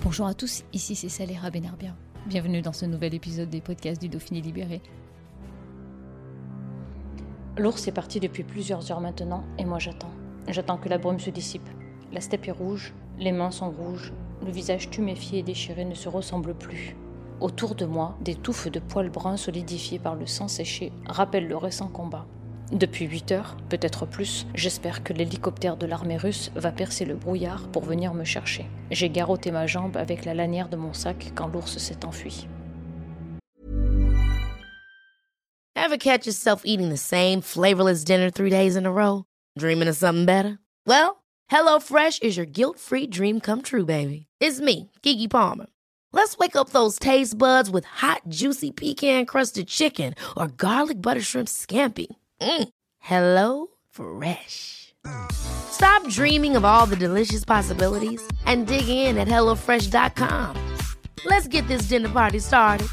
Bonjour à tous, ici c'est Salera Benarbia. Bienvenue dans ce nouvel épisode des podcasts du Dauphiné Libéré. L'ours est parti depuis plusieurs heures maintenant et moi j'attends. J'attends que la brume se dissipe. La steppe est rouge, les mains sont rouges, le visage tuméfié et déchiré ne se ressemble plus. Autour de moi, des touffes de poils bruns solidifiés par le sang séché rappellent le récent combat. Depuis 8 heures, peut-être plus, j'espère que l'hélicoptère de l'armée russe va percer le brouillard pour venir me chercher. J'ai garrotté ma jambe avec la lanière de mon sac quand l'ours s'est enfui. Ever catch yourself eating the same flavorless dinner 3 days in a row? Dreaming of something better? Well, HelloFresh is your guilt-free dream come true, baby. It's me, Keke Palmer. Let's wake up those taste buds with hot, juicy pecan-crusted chicken or garlic butter shrimp scampi. Hello Fresh. Stop dreaming of all the delicious possibilities and dig in at HelloFresh.com. Let's get this dinner party started.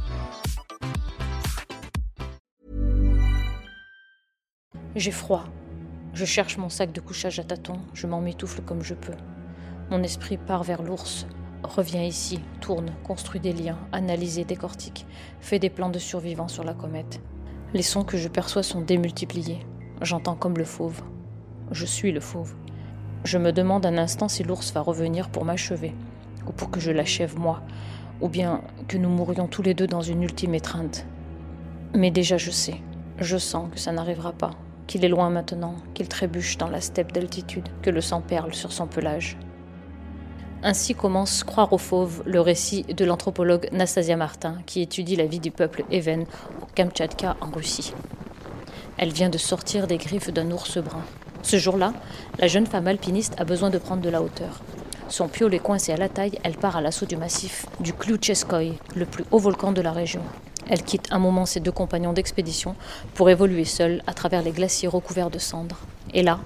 J'ai froid. Je cherche mon sac de couchage à tâtons, je m'en mitoufle comme je peux. Mon esprit part vers l'ours, revient ici, tourne, construit des liens, analyse et décortique, fait des plans de survivants sur la comète. Les sons que je perçois sont démultipliés. J'entends comme le fauve. Je suis le fauve. Je me demande un instant si l'ours va revenir pour m'achever, ou pour que je l'achève moi, ou bien que nous mourions tous les deux dans une ultime étreinte. Mais déjà je sais, je sens que ça n'arrivera pas, qu'il est loin maintenant, qu'il trébuche dans la steppe d'altitude, que le sang perle sur son pelage. Ainsi commence Croire aux fauves, le récit de l'anthropologue Nastasia Martin, qui étudie la vie du peuple Even au Kamtchatka en Russie. Elle vient de sortir des griffes d'un ours brun. Ce jour-là, la jeune femme alpiniste a besoin de prendre de la hauteur. Son piolet coincé à la taille, elle part à l'assaut du massif du Klyuchskoï, le plus haut volcan de la région. Elle quitte un moment ses 2 compagnons d'expédition pour évoluer seule à travers les glaciers recouverts de cendres. Et là,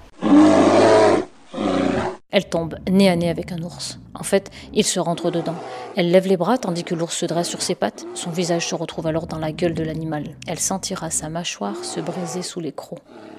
elle tombe nez à nez avec un ours. En fait, il se rentre dedans. Elle lève les bras tandis que l'ours se dresse sur ses pattes. Son visage se retrouve alors dans la gueule de l'animal. Elle sentira sa mâchoire se briser sous les crocs.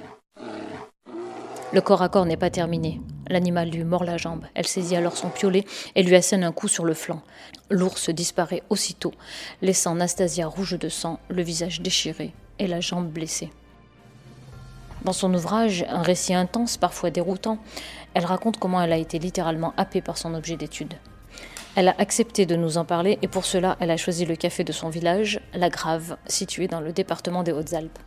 Le corps à corps n'est pas terminé. L'animal lui mord la jambe. Elle saisit alors son piolet et lui assène un coup sur le flanc. L'ours disparaît aussitôt, laissant Nastasia rouge de sang, le visage déchiré et la jambe blessée. Dans son ouvrage, un récit intense, parfois déroutant, elle raconte comment elle a été littéralement happée par son objet d'étude. Elle a accepté de nous en parler et pour cela, elle a choisi le café de son village, La Grave, situé dans le département des Hautes-Alpes.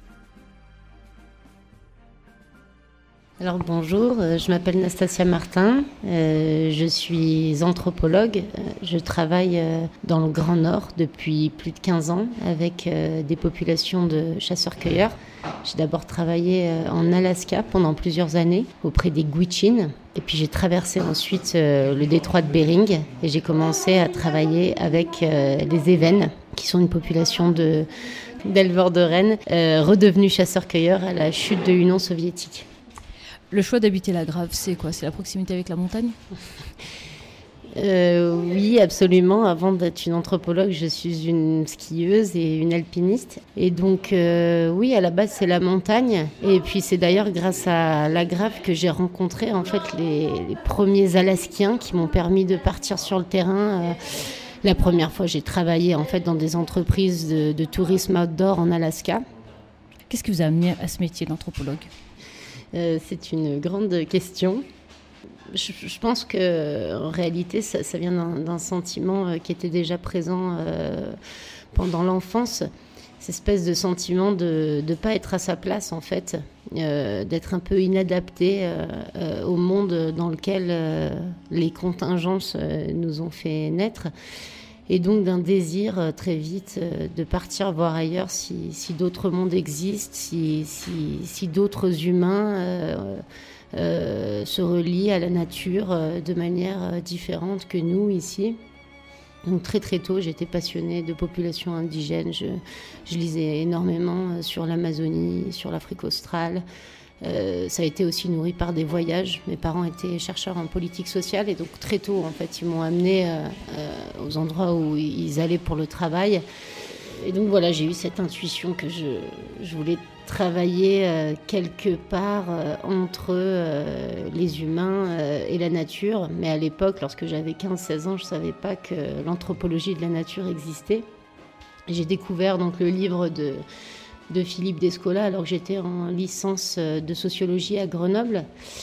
Alors bonjour, je m'appelle Nastasia Martin, je suis anthropologue, je travaille dans le Grand Nord depuis plus de 15 ans avec des populations de chasseurs-cueilleurs. J'ai d'abord travaillé en Alaska pendant plusieurs années auprès des Gwich'in et puis j'ai traversé ensuite le détroit de Bering et j'ai commencé à travailler avec les Even qui sont une population d'éleveurs de rennes redevenus chasseurs-cueilleurs à la chute de l'Union soviétique. Le choix d'habiter la Grave, c'est quoi ? C'est la proximité avec la montagne ? Oui, absolument. Avant d'être une anthropologue, je suis une skieuse et une alpiniste. Et donc, oui, à la base, c'est la montagne. Et puis, c'est d'ailleurs grâce à la Grave que j'ai rencontré en fait les premiers Alaskiens qui m'ont permis de partir sur le terrain. La première fois, j'ai travaillé en fait dans des entreprises de tourisme outdoor en Alaska. Qu'est-ce qui vous a amené à ce métier d'anthropologue ? C'est une grande question. Je pense qu'en réalité, ça vient d'un sentiment qui était déjà présent pendant l'enfance. Cette espèce de sentiment de ne pas être à sa place, en fait, d'être un peu inadapté au monde dans lequel les contingences nous ont fait naître. Et donc d'un désir très vite de partir voir ailleurs si d'autres mondes existent, si d'autres humains se relient à la nature de manière différente que nous ici. Donc très très tôt, j'étais passionnée de populations indigènes. Je lisais énormément sur l'Amazonie, sur l'Afrique australe. Ça a été aussi nourri par des voyages. Mes parents étaient chercheurs en politique sociale et donc très tôt, en fait, ils m'ont amenée aux endroits où ils allaient pour le travail. Et donc voilà, j'ai eu cette intuition que je voulais travailler quelque part entre les humains et la nature. Mais à l'époque, lorsque j'avais 15-16 ans, je ne savais pas que l'anthropologie de la nature existait. J'ai découvert donc le livre de Philippe Descola alors que j'étais en licence de sociologie à Grenoble.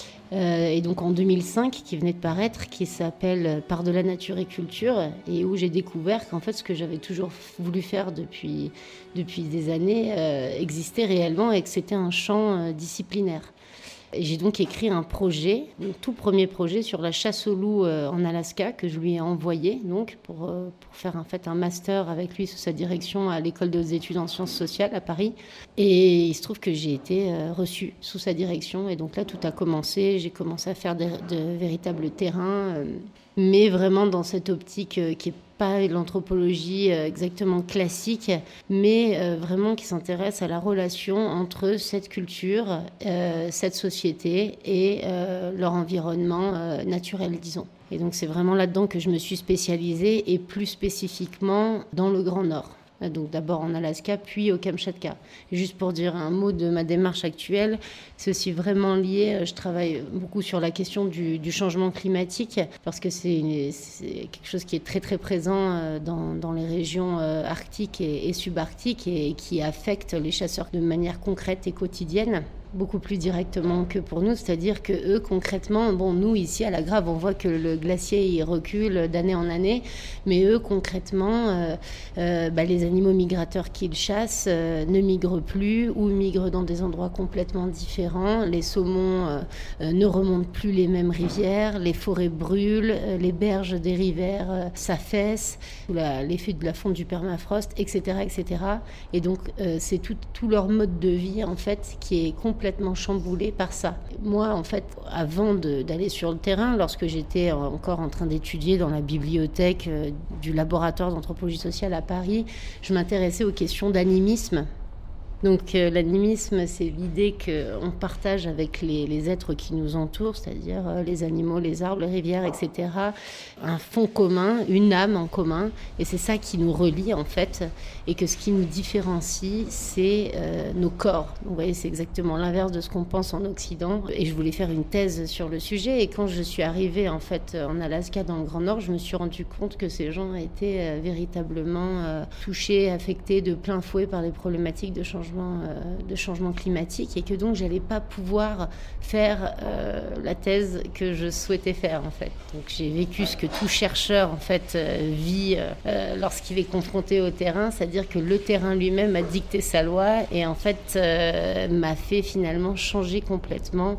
Et donc en 2005, qui venait de paraître, qui s'appelle Par-delà nature et culture, et où j'ai découvert qu'en fait ce que j'avais toujours voulu faire depuis des années existait réellement et que c'était un champ disciplinaire. Et j'ai donc écrit un projet, mon tout premier projet sur la chasse au loup en Alaska que je lui ai envoyé donc pour faire en fait un master avec lui sous sa direction à l'école des hautes études en sciences sociales à Paris. Et il se trouve que j'ai été reçue sous sa direction et donc là tout a commencé. J'ai commencé à faire de véritables terrains, mais vraiment dans cette optique qui est pas l'anthropologie exactement classique, mais vraiment qui s'intéresse à la relation entre cette culture, cette société et leur environnement naturel, disons. Et donc c'est vraiment là-dedans que je me suis spécialisée, et plus spécifiquement dans le Grand Nord. Donc d'abord en Alaska, puis au Kamchatka. Et juste pour dire un mot de ma démarche actuelle, c'est aussi vraiment lié, je travaille beaucoup sur la question du changement climatique, parce que c'est quelque chose qui est très très présent dans les régions arctiques et subarctiques, et qui affecte les chasseurs de manière concrète et quotidienne, beaucoup plus directement que pour nous, c'est-à-dire que eux concrètement, nous ici à la Grave on voit que le glacier il recule d'année en année, mais eux concrètement les animaux migrateurs qu'ils chassent ne migrent plus ou migrent dans des endroits complètement différents. Les saumons ne remontent plus les mêmes rivières, les forêts brûlent, les berges des rivières s'affaissent sous l'effet de la fonte du permafrost, etc. etc. Et donc c'est tout leur mode de vie en fait qui est complètement chamboulé par ça. Moi, en fait, avant d'aller sur le terrain, lorsque j'étais encore en train d'étudier dans la bibliothèque du laboratoire d'anthropologie sociale à Paris, je m'intéressais aux questions d'animisme. Donc l'animisme, c'est l'idée qu'on partage avec les êtres qui nous entourent, c'est-à-dire les animaux, les arbres, les rivières, etc., un fond commun, une âme en commun, et c'est ça qui nous relie en fait, et que ce qui nous différencie, c'est nos corps. Donc, vous voyez, c'est exactement l'inverse de ce qu'on pense en Occident, et je voulais faire une thèse sur le sujet, et quand je suis arrivée en fait en Alaska, dans le Grand Nord, je me suis rendu compte que ces gens étaient véritablement touchés, affectés de plein fouet par les problématiques de changement climatique, et que donc j'allais pas pouvoir faire la thèse que je souhaitais faire en fait. Donc j'ai vécu ce que tout chercheur en fait vit lorsqu'il est confronté au terrain, c'est-à-dire que le terrain lui-même a dicté sa loi et en fait m'a fait finalement changer complètement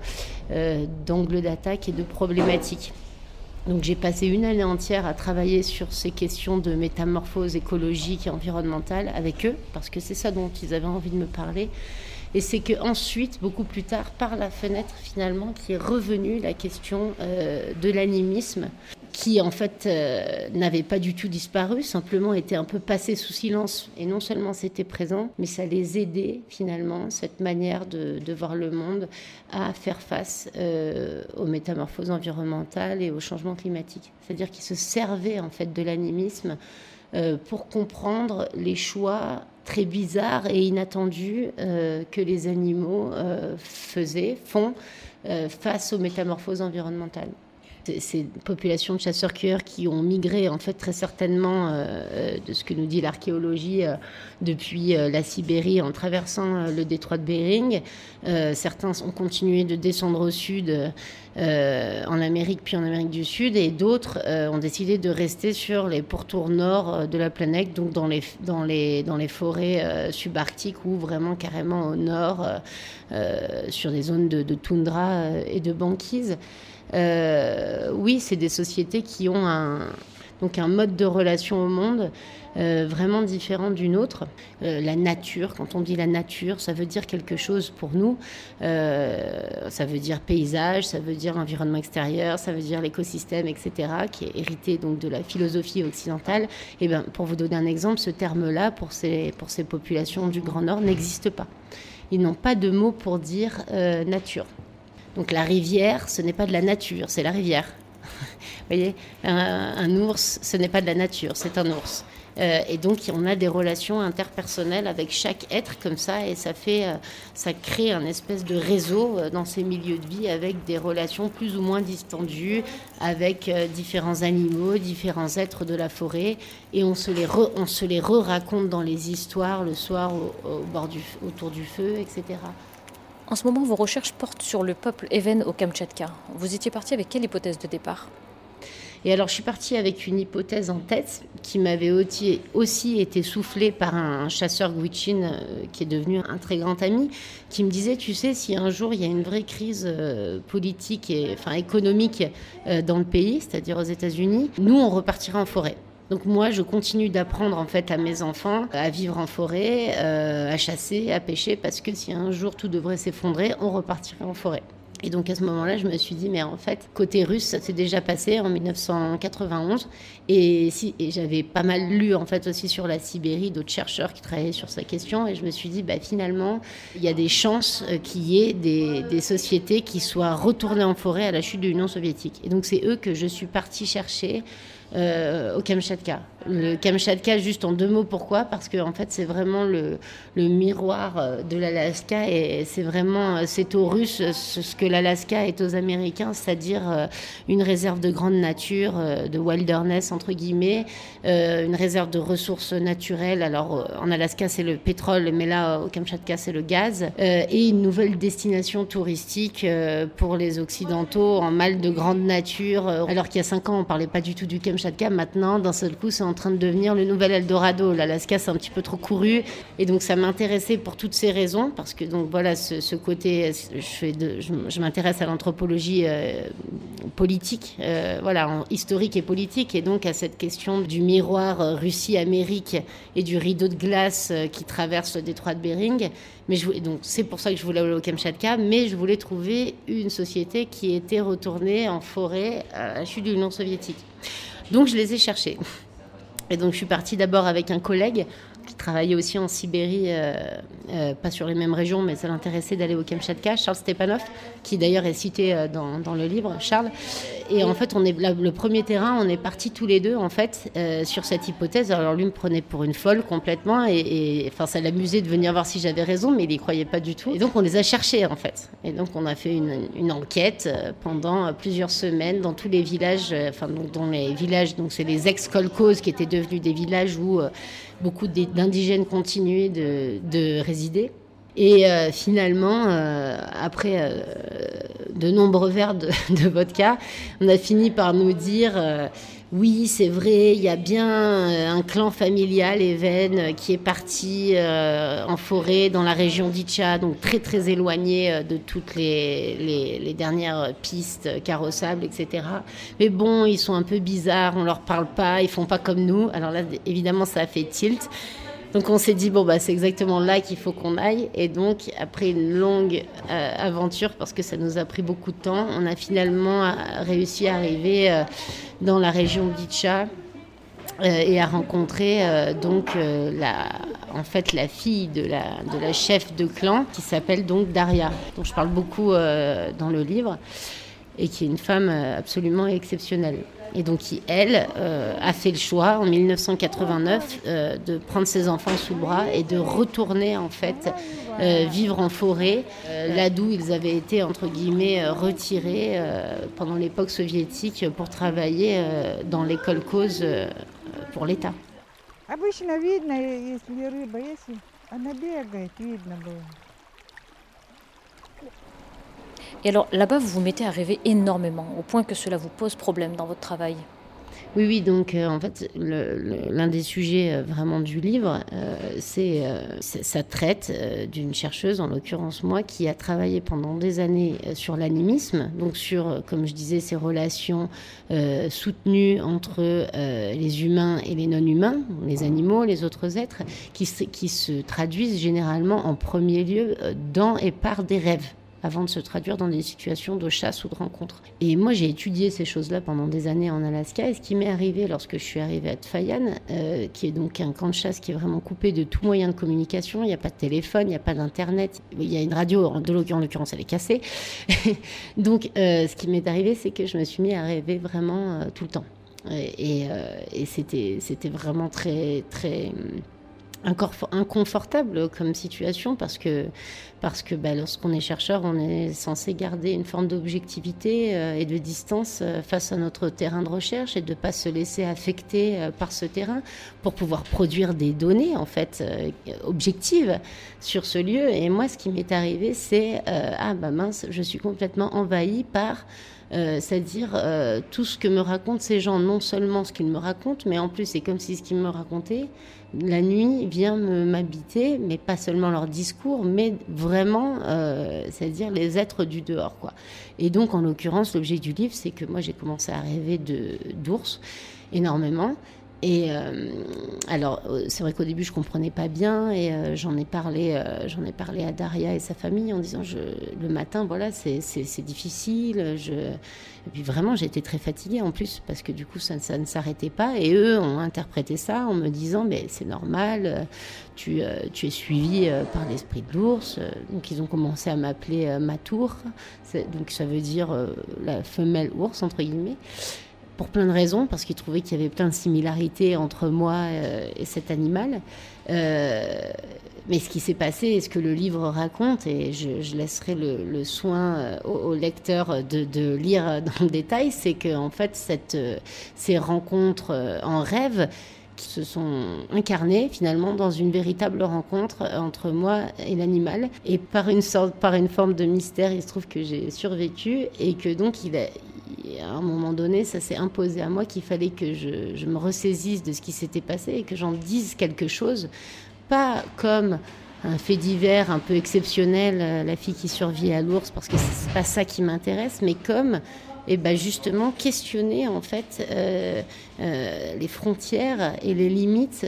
d'angle d'attaque et de problématique. Donc j'ai passé une année entière à travailler sur ces questions de métamorphose écologique et environnementale avec eux, parce que c'est ça dont ils avaient envie de me parler. Et c'est qu'ensuite, beaucoup plus tard, par la fenêtre finalement, qui est revenue la question de l'animisme, qui en fait n'avait pas du tout disparu, simplement était un peu passé sous silence. Et non seulement c'était présent, mais ça les aidait finalement, cette manière de voir le monde, à faire face aux métamorphoses environnementales et au changement climatique. C'est-à-dire qu'ils se servaient en fait de l'animisme pour comprendre les choix très bizarres et inattendus que les animaux font face aux métamorphoses environnementales. Ces populations de chasseurs-cueilleurs qui ont migré en fait très certainement de ce que nous dit l'archéologie depuis la Sibérie en traversant le détroit de Bering. Certains ont continué de descendre au sud en Amérique puis en Amérique du Sud, et d'autres ont décidé de rester sur les pourtours nord de la planète, donc dans les forêts subarctiques ou vraiment carrément au nord sur des zones de toundra et de banquise. Oui, c'est des sociétés qui ont un mode de relation au monde vraiment différent d'une autre. La nature, quand on dit la nature, ça veut dire quelque chose pour nous. Ça veut dire paysage, ça veut dire environnement extérieur, ça veut dire l'écosystème, etc., qui est hérité donc de la philosophie occidentale. Et bien, pour vous donner un exemple, ce terme-là, pour ces populations du Grand Nord, n'existe pas. Ils n'ont pas de mot pour dire nature. Donc la rivière, ce n'est pas de la nature, c'est la rivière. Vous voyez, un ours, ce n'est pas de la nature, c'est un ours. Et donc, on a des relations interpersonnelles avec chaque être comme ça, et ça crée un espèce de réseau dans ces milieux de vie avec des relations plus ou moins distendues, avec différents animaux, différents êtres de la forêt, et on se les raconte dans les histoires le soir autour du feu, etc. En ce moment, vos recherches portent sur le peuple Even au Kamtchatka. Vous étiez parti avec quelle hypothèse de départ ? Et alors, je suis partie avec une hypothèse en tête qui m'avait aussi été soufflée par un chasseur Gwich'in qui est devenu un très grand ami, qui me disait, tu sais, si un jour il y a une vraie crise politique et économique dans le pays, c'est-à-dire aux États-Unis, nous, on repartira en forêt. Donc moi, je continue d'apprendre en fait à mes enfants à vivre en forêt, à chasser, à pêcher, parce que si un jour tout devrait s'effondrer, on repartirait en forêt. Et donc à ce moment-là, je me suis dit, mais en fait, côté russe, ça s'est déjà passé en 1991. Et j'avais pas mal lu en fait aussi sur la Sibérie, d'autres chercheurs qui travaillaient sur cette question. Et je me suis dit, finalement, il y a des chances qu'il y ait des sociétés qui soient retournées en forêt à la chute de l'Union soviétique. Et donc c'est eux que je suis partie chercher au Kamtchatka. Le Kamtchatka, juste en 2 mots, pourquoi ? Parce que en fait, c'est vraiment le miroir de l'Alaska, et c'est aux Russes ce que l'Alaska est aux Américains, c'est-à-dire une réserve de grande nature, de wilderness entre guillemets, une réserve de ressources naturelles. Alors en Alaska, c'est le pétrole, mais là au Kamtchatka, c'est le gaz, et une nouvelle destination touristique pour les Occidentaux en mal de grande nature. Alors qu'il y a 5 ans, on parlait pas du tout du Kamtchatka. Maintenant, d'un seul coup, c'est en train de devenir le nouvel Eldorado. L'Alaska, c'est un petit peu trop couru. Et donc, ça m'intéressait pour toutes ces raisons. Parce que, donc, voilà, ce côté... Je m'intéresse à l'anthropologie politique, historique et politique. Et donc, à cette question du miroir Russie-Amérique et du rideau de glace qui traverse le détroit de Bering. Donc, c'est pour ça que je voulais aller au Kamtchatka. Mais je voulais trouver une société qui était retournée en forêt à la chute de l'Union soviétique. Donc, je les ai cherchés. Et donc, je suis partie d'abord avec un collègue qui travaillait aussi en Sibérie, pas sur les mêmes régions, mais ça l'intéressait d'aller au Kamtchatka, Charles Stepanov, qui d'ailleurs est cité dans le livre, Charles. Et en fait, le premier terrain, on est partis tous les deux, en fait, sur cette hypothèse. Alors, lui me prenait pour une folle complètement, et ça l'amusait de venir voir si j'avais raison, mais il n'y croyait pas du tout. Et donc, on les a cherchés, en fait. Et donc, on a fait une enquête pendant plusieurs semaines dans tous les villages, dans les villages, donc c'est les ex-kolkhozes qui étaient devenus des villages où beaucoup d'indigènes continuaient de résider. Et finalement, après de nombreux verres de vodka, on a fini par nous dire oui, c'est vrai, il y a bien un clan familial Even qui est parti en forêt dans la région d'Itcha, donc très très éloigné de toutes les dernières pistes carrossables, etc. Mais bon, ils sont un peu bizarres, on leur parle pas, ils font pas comme nous. Alors là, évidemment, ça a fait tilt. Donc on s'est dit, c'est exactement là qu'il faut qu'on aille. Et donc, après une longue aventure, parce que ça nous a pris beaucoup de temps, on a finalement réussi à arriver dans la région d'Itcha et à rencontrer la fille de la chef de clan, qui s'appelle donc Daria, dont je parle beaucoup dans le livre, et qui est une femme absolument exceptionnelle. Et donc qui, elle, a fait le choix en 1989 de prendre ses enfants sous le bras et de retourner en fait vivre en forêt, là d'où ils avaient été entre guillemets retirés pendant l'époque soviétique pour travailler dans les kolkhozes pour l'État. Обычно видно, если рыба, если она бегает, видно было. Et alors, là-bas, vous vous mettez à rêver énormément, au point que cela vous pose problème dans votre travail. Oui, donc en fait, l'un des sujets vraiment du livre, ça traite d'une chercheuse, en l'occurrence moi, qui a travaillé pendant des années sur l'animisme, donc sur, comme je disais, ces relations soutenues entre les humains et les non-humains, les animaux, les autres êtres, qui se traduisent généralement en premier lieu dans et par des rêves, avant de se traduire dans des situations de chasse ou de rencontre. Et moi, j'ai étudié ces choses-là pendant des années en Alaska, et ce qui m'est arrivé lorsque je suis arrivée à Tfayan, qui est donc un camp de chasse qui est vraiment coupé de tout moyen de communication, il n'y a pas de téléphone, il n'y a pas d'internet, il y a une radio, en l'occurrence elle est cassée. Donc ce qui m'est arrivé, c'est que je me suis mis à rêver vraiment tout le temps. Et c'était vraiment très, très inconfortable comme situation parce que lorsqu'on est chercheur, on est censé garder une forme d'objectivité et de distance face à notre terrain de recherche et de ne pas se laisser affecter par ce terrain pour pouvoir produire des données en fait objectives sur ce lieu. Et moi, ce qui m'est arrivé, c'est mince, je suis complètement envahie par c'est-à-dire tout ce que me racontent ces gens, non seulement ce qu'ils me racontent, mais en plus c'est comme si ce qu'ils me racontaient la nuit vient m'habiter, mais pas seulement leur discours, mais vraiment, c'est-à-dire les êtres du dehors, quoi. Et donc en l'occurrence, l'objet du livre, c'est que moi j'ai commencé à rêver d'ours énormément. Et alors c'est vrai qu'au début je comprenais pas bien et j'en ai parlé à Daria et sa famille en disant le matin voilà c'est difficile et puis vraiment j'étais très fatiguée en plus parce que du coup ça ne s'arrêtait pas et eux ont interprété ça en me disant mais c'est normal tu es suivie par l'esprit de l'ours donc ils ont commencé à m'appeler Matour donc ça veut dire la femelle ours entre guillemets. Pour plein de raisons, parce qu'ils trouvaient qu'il y avait plein de similarités entre moi et cet animal. Mais ce qui s'est passé et ce que le livre raconte, et je laisserai le soin au lecteur de lire dans le détail, c'est qu'en fait, ces rencontres en rêve qui se sont incarnées finalement dans une véritable rencontre entre moi et l'animal. Et par une forme de mystère, il se trouve que j'ai survécu et que donc à un moment donné, ça s'est imposé à moi qu'il fallait que je me ressaisisse de ce qui s'était passé et que j'en dise quelque chose, pas comme un fait divers un peu exceptionnel, la fille qui survit à l'ours, parce que c'est pas ça qui m'intéresse, mais comme justement questionner en fait les frontières et les limites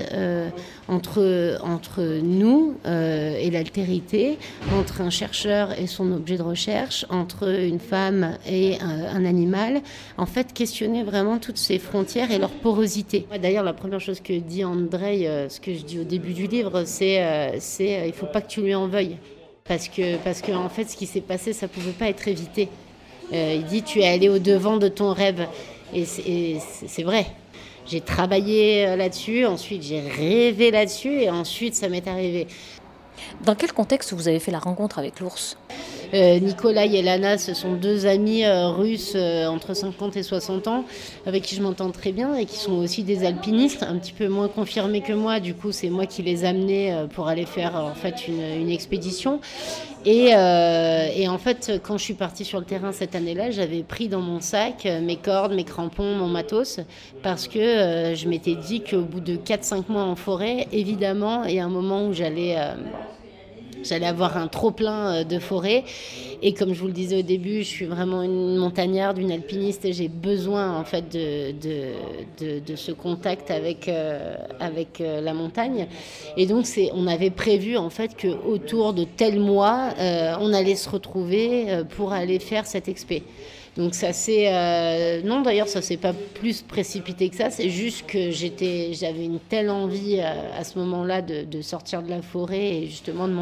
entre nous et l'altérité, entre un chercheur et son objet de recherche, entre une femme et un animal. En fait, questionner vraiment toutes ces frontières et leur porosité. D'ailleurs, la première chose que dit Andrei, ce que je dis au début du livre, c'est il faut pas que tu lui en veuilles. Parce que en fait, ce qui s'est passé, ça pouvait pas être évité. Il dit tu es allé au-devant de ton rêve et c'est vrai, j'ai travaillé là-dessus, ensuite j'ai rêvé là-dessus et ensuite ça m'est arrivé. Dans quel contexte vous avez fait la rencontre avec l'ours ? Nikolai et Lana, ce sont deux amis russes entre 50 et 60 ans avec qui je m'entends très bien et qui sont aussi des alpinistes, un petit peu moins confirmés que moi. Du coup, c'est moi qui les amenais pour aller faire en fait une expédition. Et en fait, quand je suis partie sur le terrain cette année-là, j'avais pris dans mon sac mes cordes, mes crampons, mon matos, parce que je m'étais dit qu'au bout de 4-5 mois en forêt, évidemment, il y a un moment où j'allais avoir un trop-plein de forêt. Et comme je vous le disais au début, je suis vraiment une montagnarde, une alpiniste et j'ai besoin en fait de ce contact avec la montagne. Et donc on avait prévu en fait qu'autour de tel mois, on allait se retrouver pour aller faire cette expé. Donc ça non d'ailleurs ça s'est pas plus précipité que ça, c'est juste que j'avais une telle envie à ce moment-là de sortir de la forêt et justement de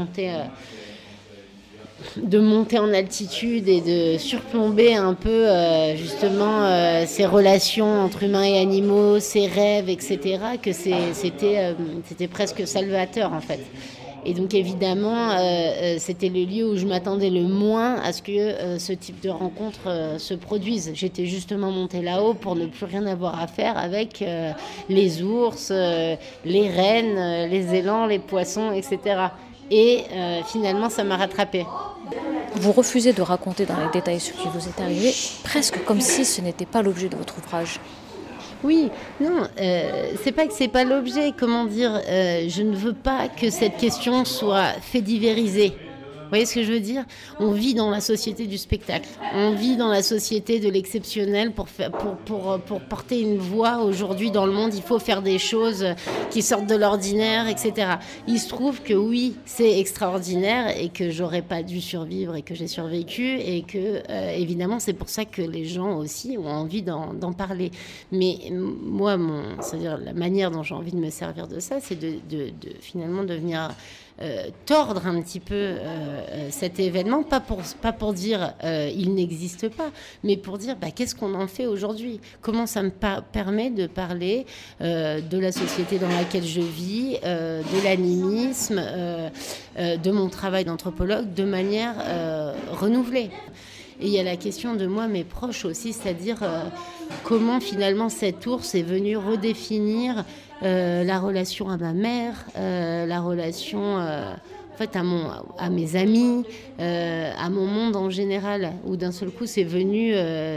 monter en altitude et de surplomber un peu justement ces relations entre humains et animaux, ces rêves, etc. que c'était presque salvateur en fait. Et donc évidemment, c'était le lieu où je m'attendais le moins à ce que ce type de rencontre se produise. J'étais justement montée là-haut pour ne plus rien avoir à faire avec les ours, les rennes, les élans, les poissons, etc. Et finalement, ça m'a rattrapée. Vous refusez de raconter dans les détails ce qui vous est arrivé, presque comme si ce n'était pas l'objet de votre ouvrage. Oui, non, c'est pas que c'est pas l'objet, comment dire, je ne veux pas que cette question soit fait divérisée. Vous voyez ce que je veux dire ? On vit dans la société du spectacle, on vit dans la société de l'exceptionnel pour porter une voix aujourd'hui dans le monde, il faut faire des choses qui sortent de l'ordinaire, etc. Il se trouve que oui, c'est extraordinaire et que j'aurais pas dû survivre et que j'ai survécu et que évidemment c'est pour ça que les gens aussi ont envie d'en parler. Mais moi, c'est-à-dire la manière dont j'ai envie de me servir de ça, c'est de finalement devenir tordre un petit peu cet événement, pas pour dire il n'existe pas, mais pour dire qu'est-ce qu'on en fait aujourd'hui, comment ça me permet de parler de la société dans laquelle je vis, de l'animisme, de mon travail d'anthropologue de manière renouvelée. Et il y a la question de moi, mes proches aussi, c'est-à-dire comment finalement cet ours est venu redéfinir la relation à ma mère, la relation en fait, à mes amis, à mon monde en général, où d'un seul coup c'est venu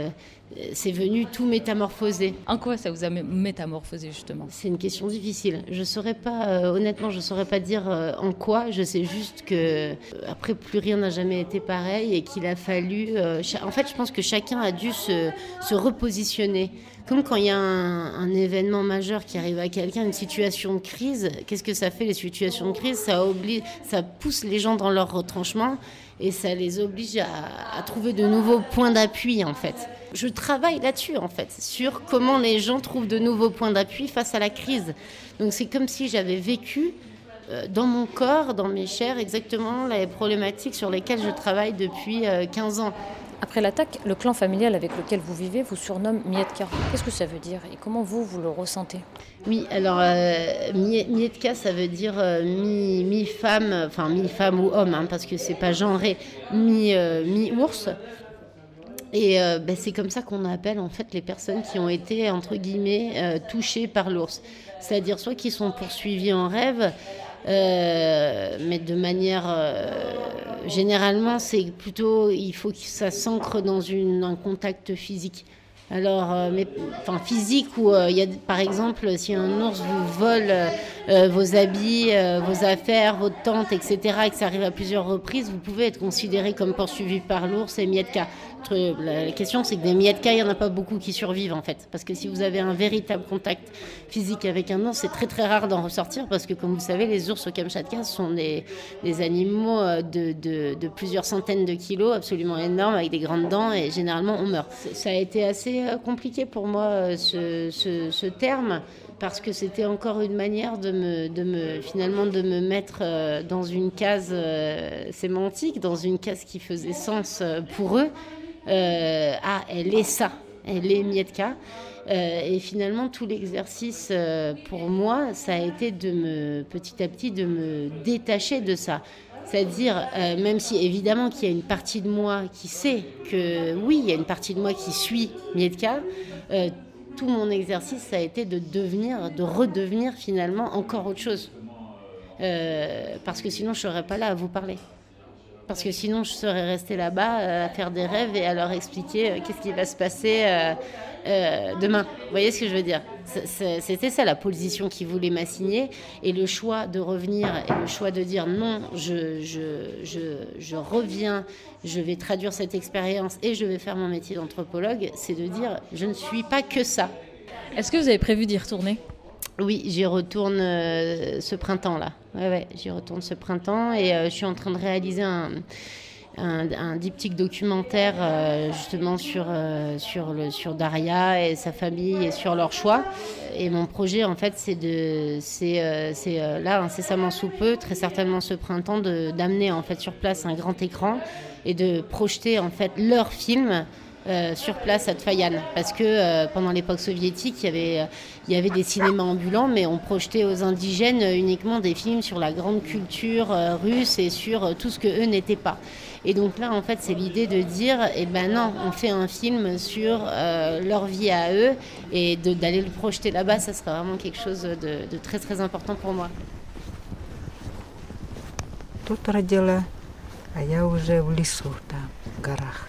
tout métamorphoser. En quoi ça vous a métamorphosé justement ? C'est une question difficile. Je saurais pas, honnêtement, je saurais pas dire en quoi. Je sais juste que après plus rien n'a jamais été pareil et qu'il a fallu. En fait, je pense que chacun a dû se repositionner. Comme quand il y a un événement majeur qui arrive à quelqu'un, une situation de crise, qu'est-ce que ça fait les situations de crise ? Ça pousse les gens dans leur retranchement et ça les oblige à trouver de nouveaux points d'appui en fait. Je travaille là-dessus en fait, sur comment les gens trouvent de nouveaux points d'appui face à la crise. Donc c'est comme si j'avais vécu dans mon corps, dans mes chairs, exactement les problématiques sur lesquelles je travaille depuis 15 ans. Après l'attaque, le clan familial avec lequel vous vivez vous surnomme Mietka. Qu'est-ce que ça veut dire et comment vous le ressentez ? Oui, alors Mietka, ça veut dire mi-femme, enfin mi-femme ou homme, parce que c'est pas genré, mi-ours. Et c'est comme ça qu'on appelle en fait les personnes qui ont été entre guillemets touchées par l'ours. C'est-à-dire soit qui sont poursuivis en rêve, mais de manière généralement c'est plutôt il faut que ça s'ancre dans un contact physique. Alors physique où il y a par exemple si un ours vous vole vos habits, vos affaires, votre tente, etc. et que ça arrive à plusieurs reprises, vous pouvez être considéré comme poursuivi par l'ours et Mietka. La question c'est que des Mietka, il n'y en a pas beaucoup qui survivent en fait. Parce que si vous avez un véritable contact physique avec un ours, c'est très très rare d'en ressortir parce que comme vous savez, les ours au Kamchatka sont des animaux de plusieurs centaines de kilos, absolument énormes, avec des grandes dents et généralement on meurt. Ça a été assez compliqué pour moi ce terme. Parce que c'était encore une manière de me mettre dans une case sémantique, dans une case qui faisait sens pour eux. Elle est ça, elle est Mietka. Et finalement, tout l'exercice pour moi, ça a été petit à petit de me détacher de ça. C'est-à-dire, même si évidemment qu'il y a une partie de moi qui sait que oui, il y a une partie de moi qui suit Mietka, tout mon exercice, ça a été de redevenir finalement encore autre chose. Parce que sinon, je ne serais pas là à vous parler. Parce que sinon, je serais restée là-bas à faire des rêves et à leur expliquer qu'est-ce qui va se passer demain. Vous voyez ce que je veux dire ? C'était ça la position qu'ils voulaient m'assigner. Et le choix de revenir et le choix de dire non, je reviens, je vais traduire cette expérience et je vais faire mon métier d'anthropologue, c'est de dire je ne suis pas que ça. Est-ce que vous avez prévu d'y retourner ? Oui, j'y retourne ce printemps-là. Ouais, j'y retourne ce printemps et je suis en train de réaliser un diptyque documentaire justement sur Daria et sa famille et sur leur choix. Et mon projet, en fait, c'est là, incessamment sous peu, très certainement ce printemps, d'amener en fait sur place un grand écran et de projeter en fait leur film sur place à Tfayan, parce que pendant l'époque soviétique il y avait des cinémas ambulants, mais on projetait aux indigènes uniquement des films sur la grande culture russe et sur tout ce que eux n'étaient pas. Et donc là en fait c'est l'idée de dire non, on fait un film sur leur vie à eux et d'aller le projeter là-bas, ça serait vraiment quelque chose de très très important pour moi. Тут родила, а я уже в лесу там, в горах.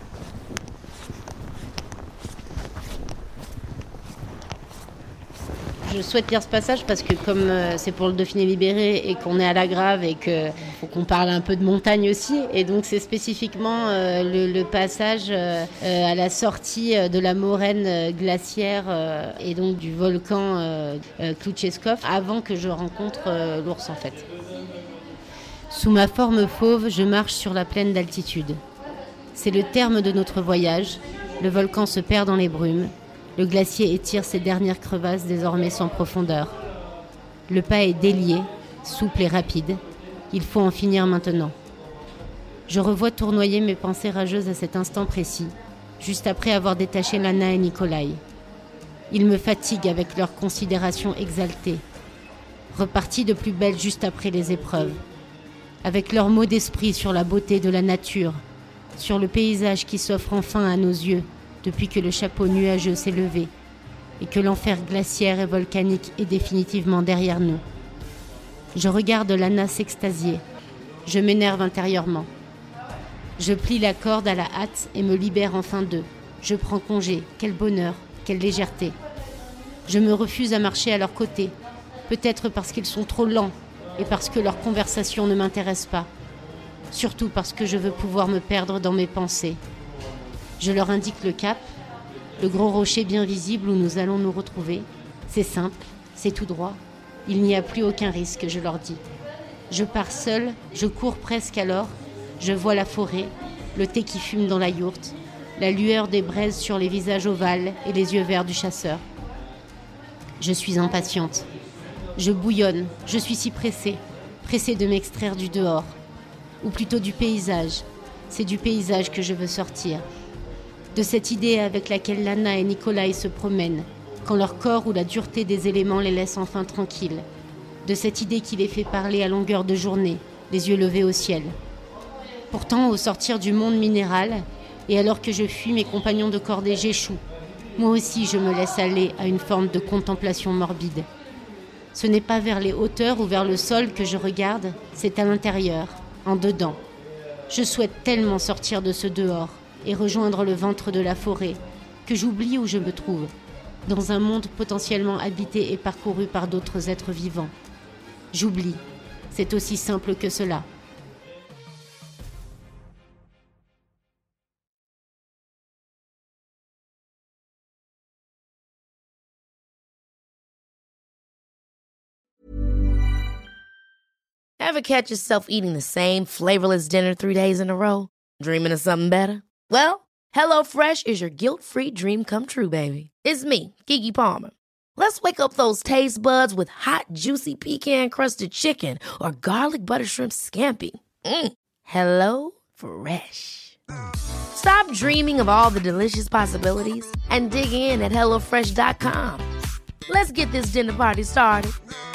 Je souhaite lire ce passage parce que comme c'est pour le Dauphiné libéré et qu'on est à la Grave et qu'il faut qu'on parle un peu de montagne aussi, et donc c'est spécifiquement le passage à la sortie de la moraine glaciaire et donc du volcan Kloutcheskov avant que je rencontre l'ours en fait. Sous ma forme fauve, je marche sur la plaine d'altitude. C'est le terme de notre voyage. Le volcan se perd dans les brumes. Le glacier étire ses dernières crevasses désormais sans profondeur. Le pas est délié, souple et rapide. Il faut en finir maintenant. Je revois tournoyer mes pensées rageuses à cet instant précis, juste après avoir détaché Lana et Nikolai. Ils me fatiguent avec leur considération exaltée, repartis de plus belle juste après les épreuves, avec leurs mots d'esprit sur la beauté de la nature, sur le paysage qui s'offre enfin à nos yeux depuis que le chapeau nuageux s'est levé et que l'enfer glaciaire et volcanique est définitivement derrière nous. Je regarde Lana s'extasier. Je m'énerve intérieurement. Je plie la corde à la hâte et me libère enfin d'eux. Je prends congé. Quel bonheur, quelle légèreté. Je me refuse à marcher à leur côté, peut-être parce qu'ils sont trop lents et parce que leur conversation ne m'intéresse pas. Surtout parce que je veux pouvoir me perdre dans mes pensées. Je leur indique le cap, le gros rocher bien visible où nous allons nous retrouver. C'est simple, c'est tout droit. Il n'y a plus aucun risque, je leur dis. Je pars seule, je cours presque alors. Je vois la forêt, le thé qui fume dans la yourte, la lueur des braises sur les visages ovales et les yeux verts du chasseur. Je suis impatiente. Je bouillonne, je suis si pressée de m'extraire du dehors. Ou plutôt du paysage. C'est du paysage que je veux sortir. De cette idée avec laquelle Lana et Nikolai se promènent, quand leur corps ou la dureté des éléments les laisse enfin tranquilles. De cette idée qui les fait parler à longueur de journée, les yeux levés au ciel. Pourtant, au sortir du monde minéral, et alors que je fuis mes compagnons de cordée, j'échoue. Moi aussi, je me laisse aller à une forme de contemplation morbide. Ce n'est pas vers les hauteurs ou vers le sol que je regarde, c'est à l'intérieur, en dedans. Je souhaite tellement sortir de ce dehors et rejoindre le ventre de la forêt que j'oublie où je me trouve, dans un monde potentiellement habité et parcouru par d'autres êtres vivants. J'oublie. C'est aussi simple que cela. Ever catch yourself eating the same flavorless dinner 3 days in a row? Dreaming of something better? Well, HelloFresh is your guilt-free dream come true, baby. It's me, Keke Palmer. Let's wake up those taste buds with hot, juicy pecan-crusted chicken or garlic butter shrimp scampi. Hello Fresh. Stop dreaming of all the delicious possibilities and dig in at HelloFresh.com. Let's get this dinner party started.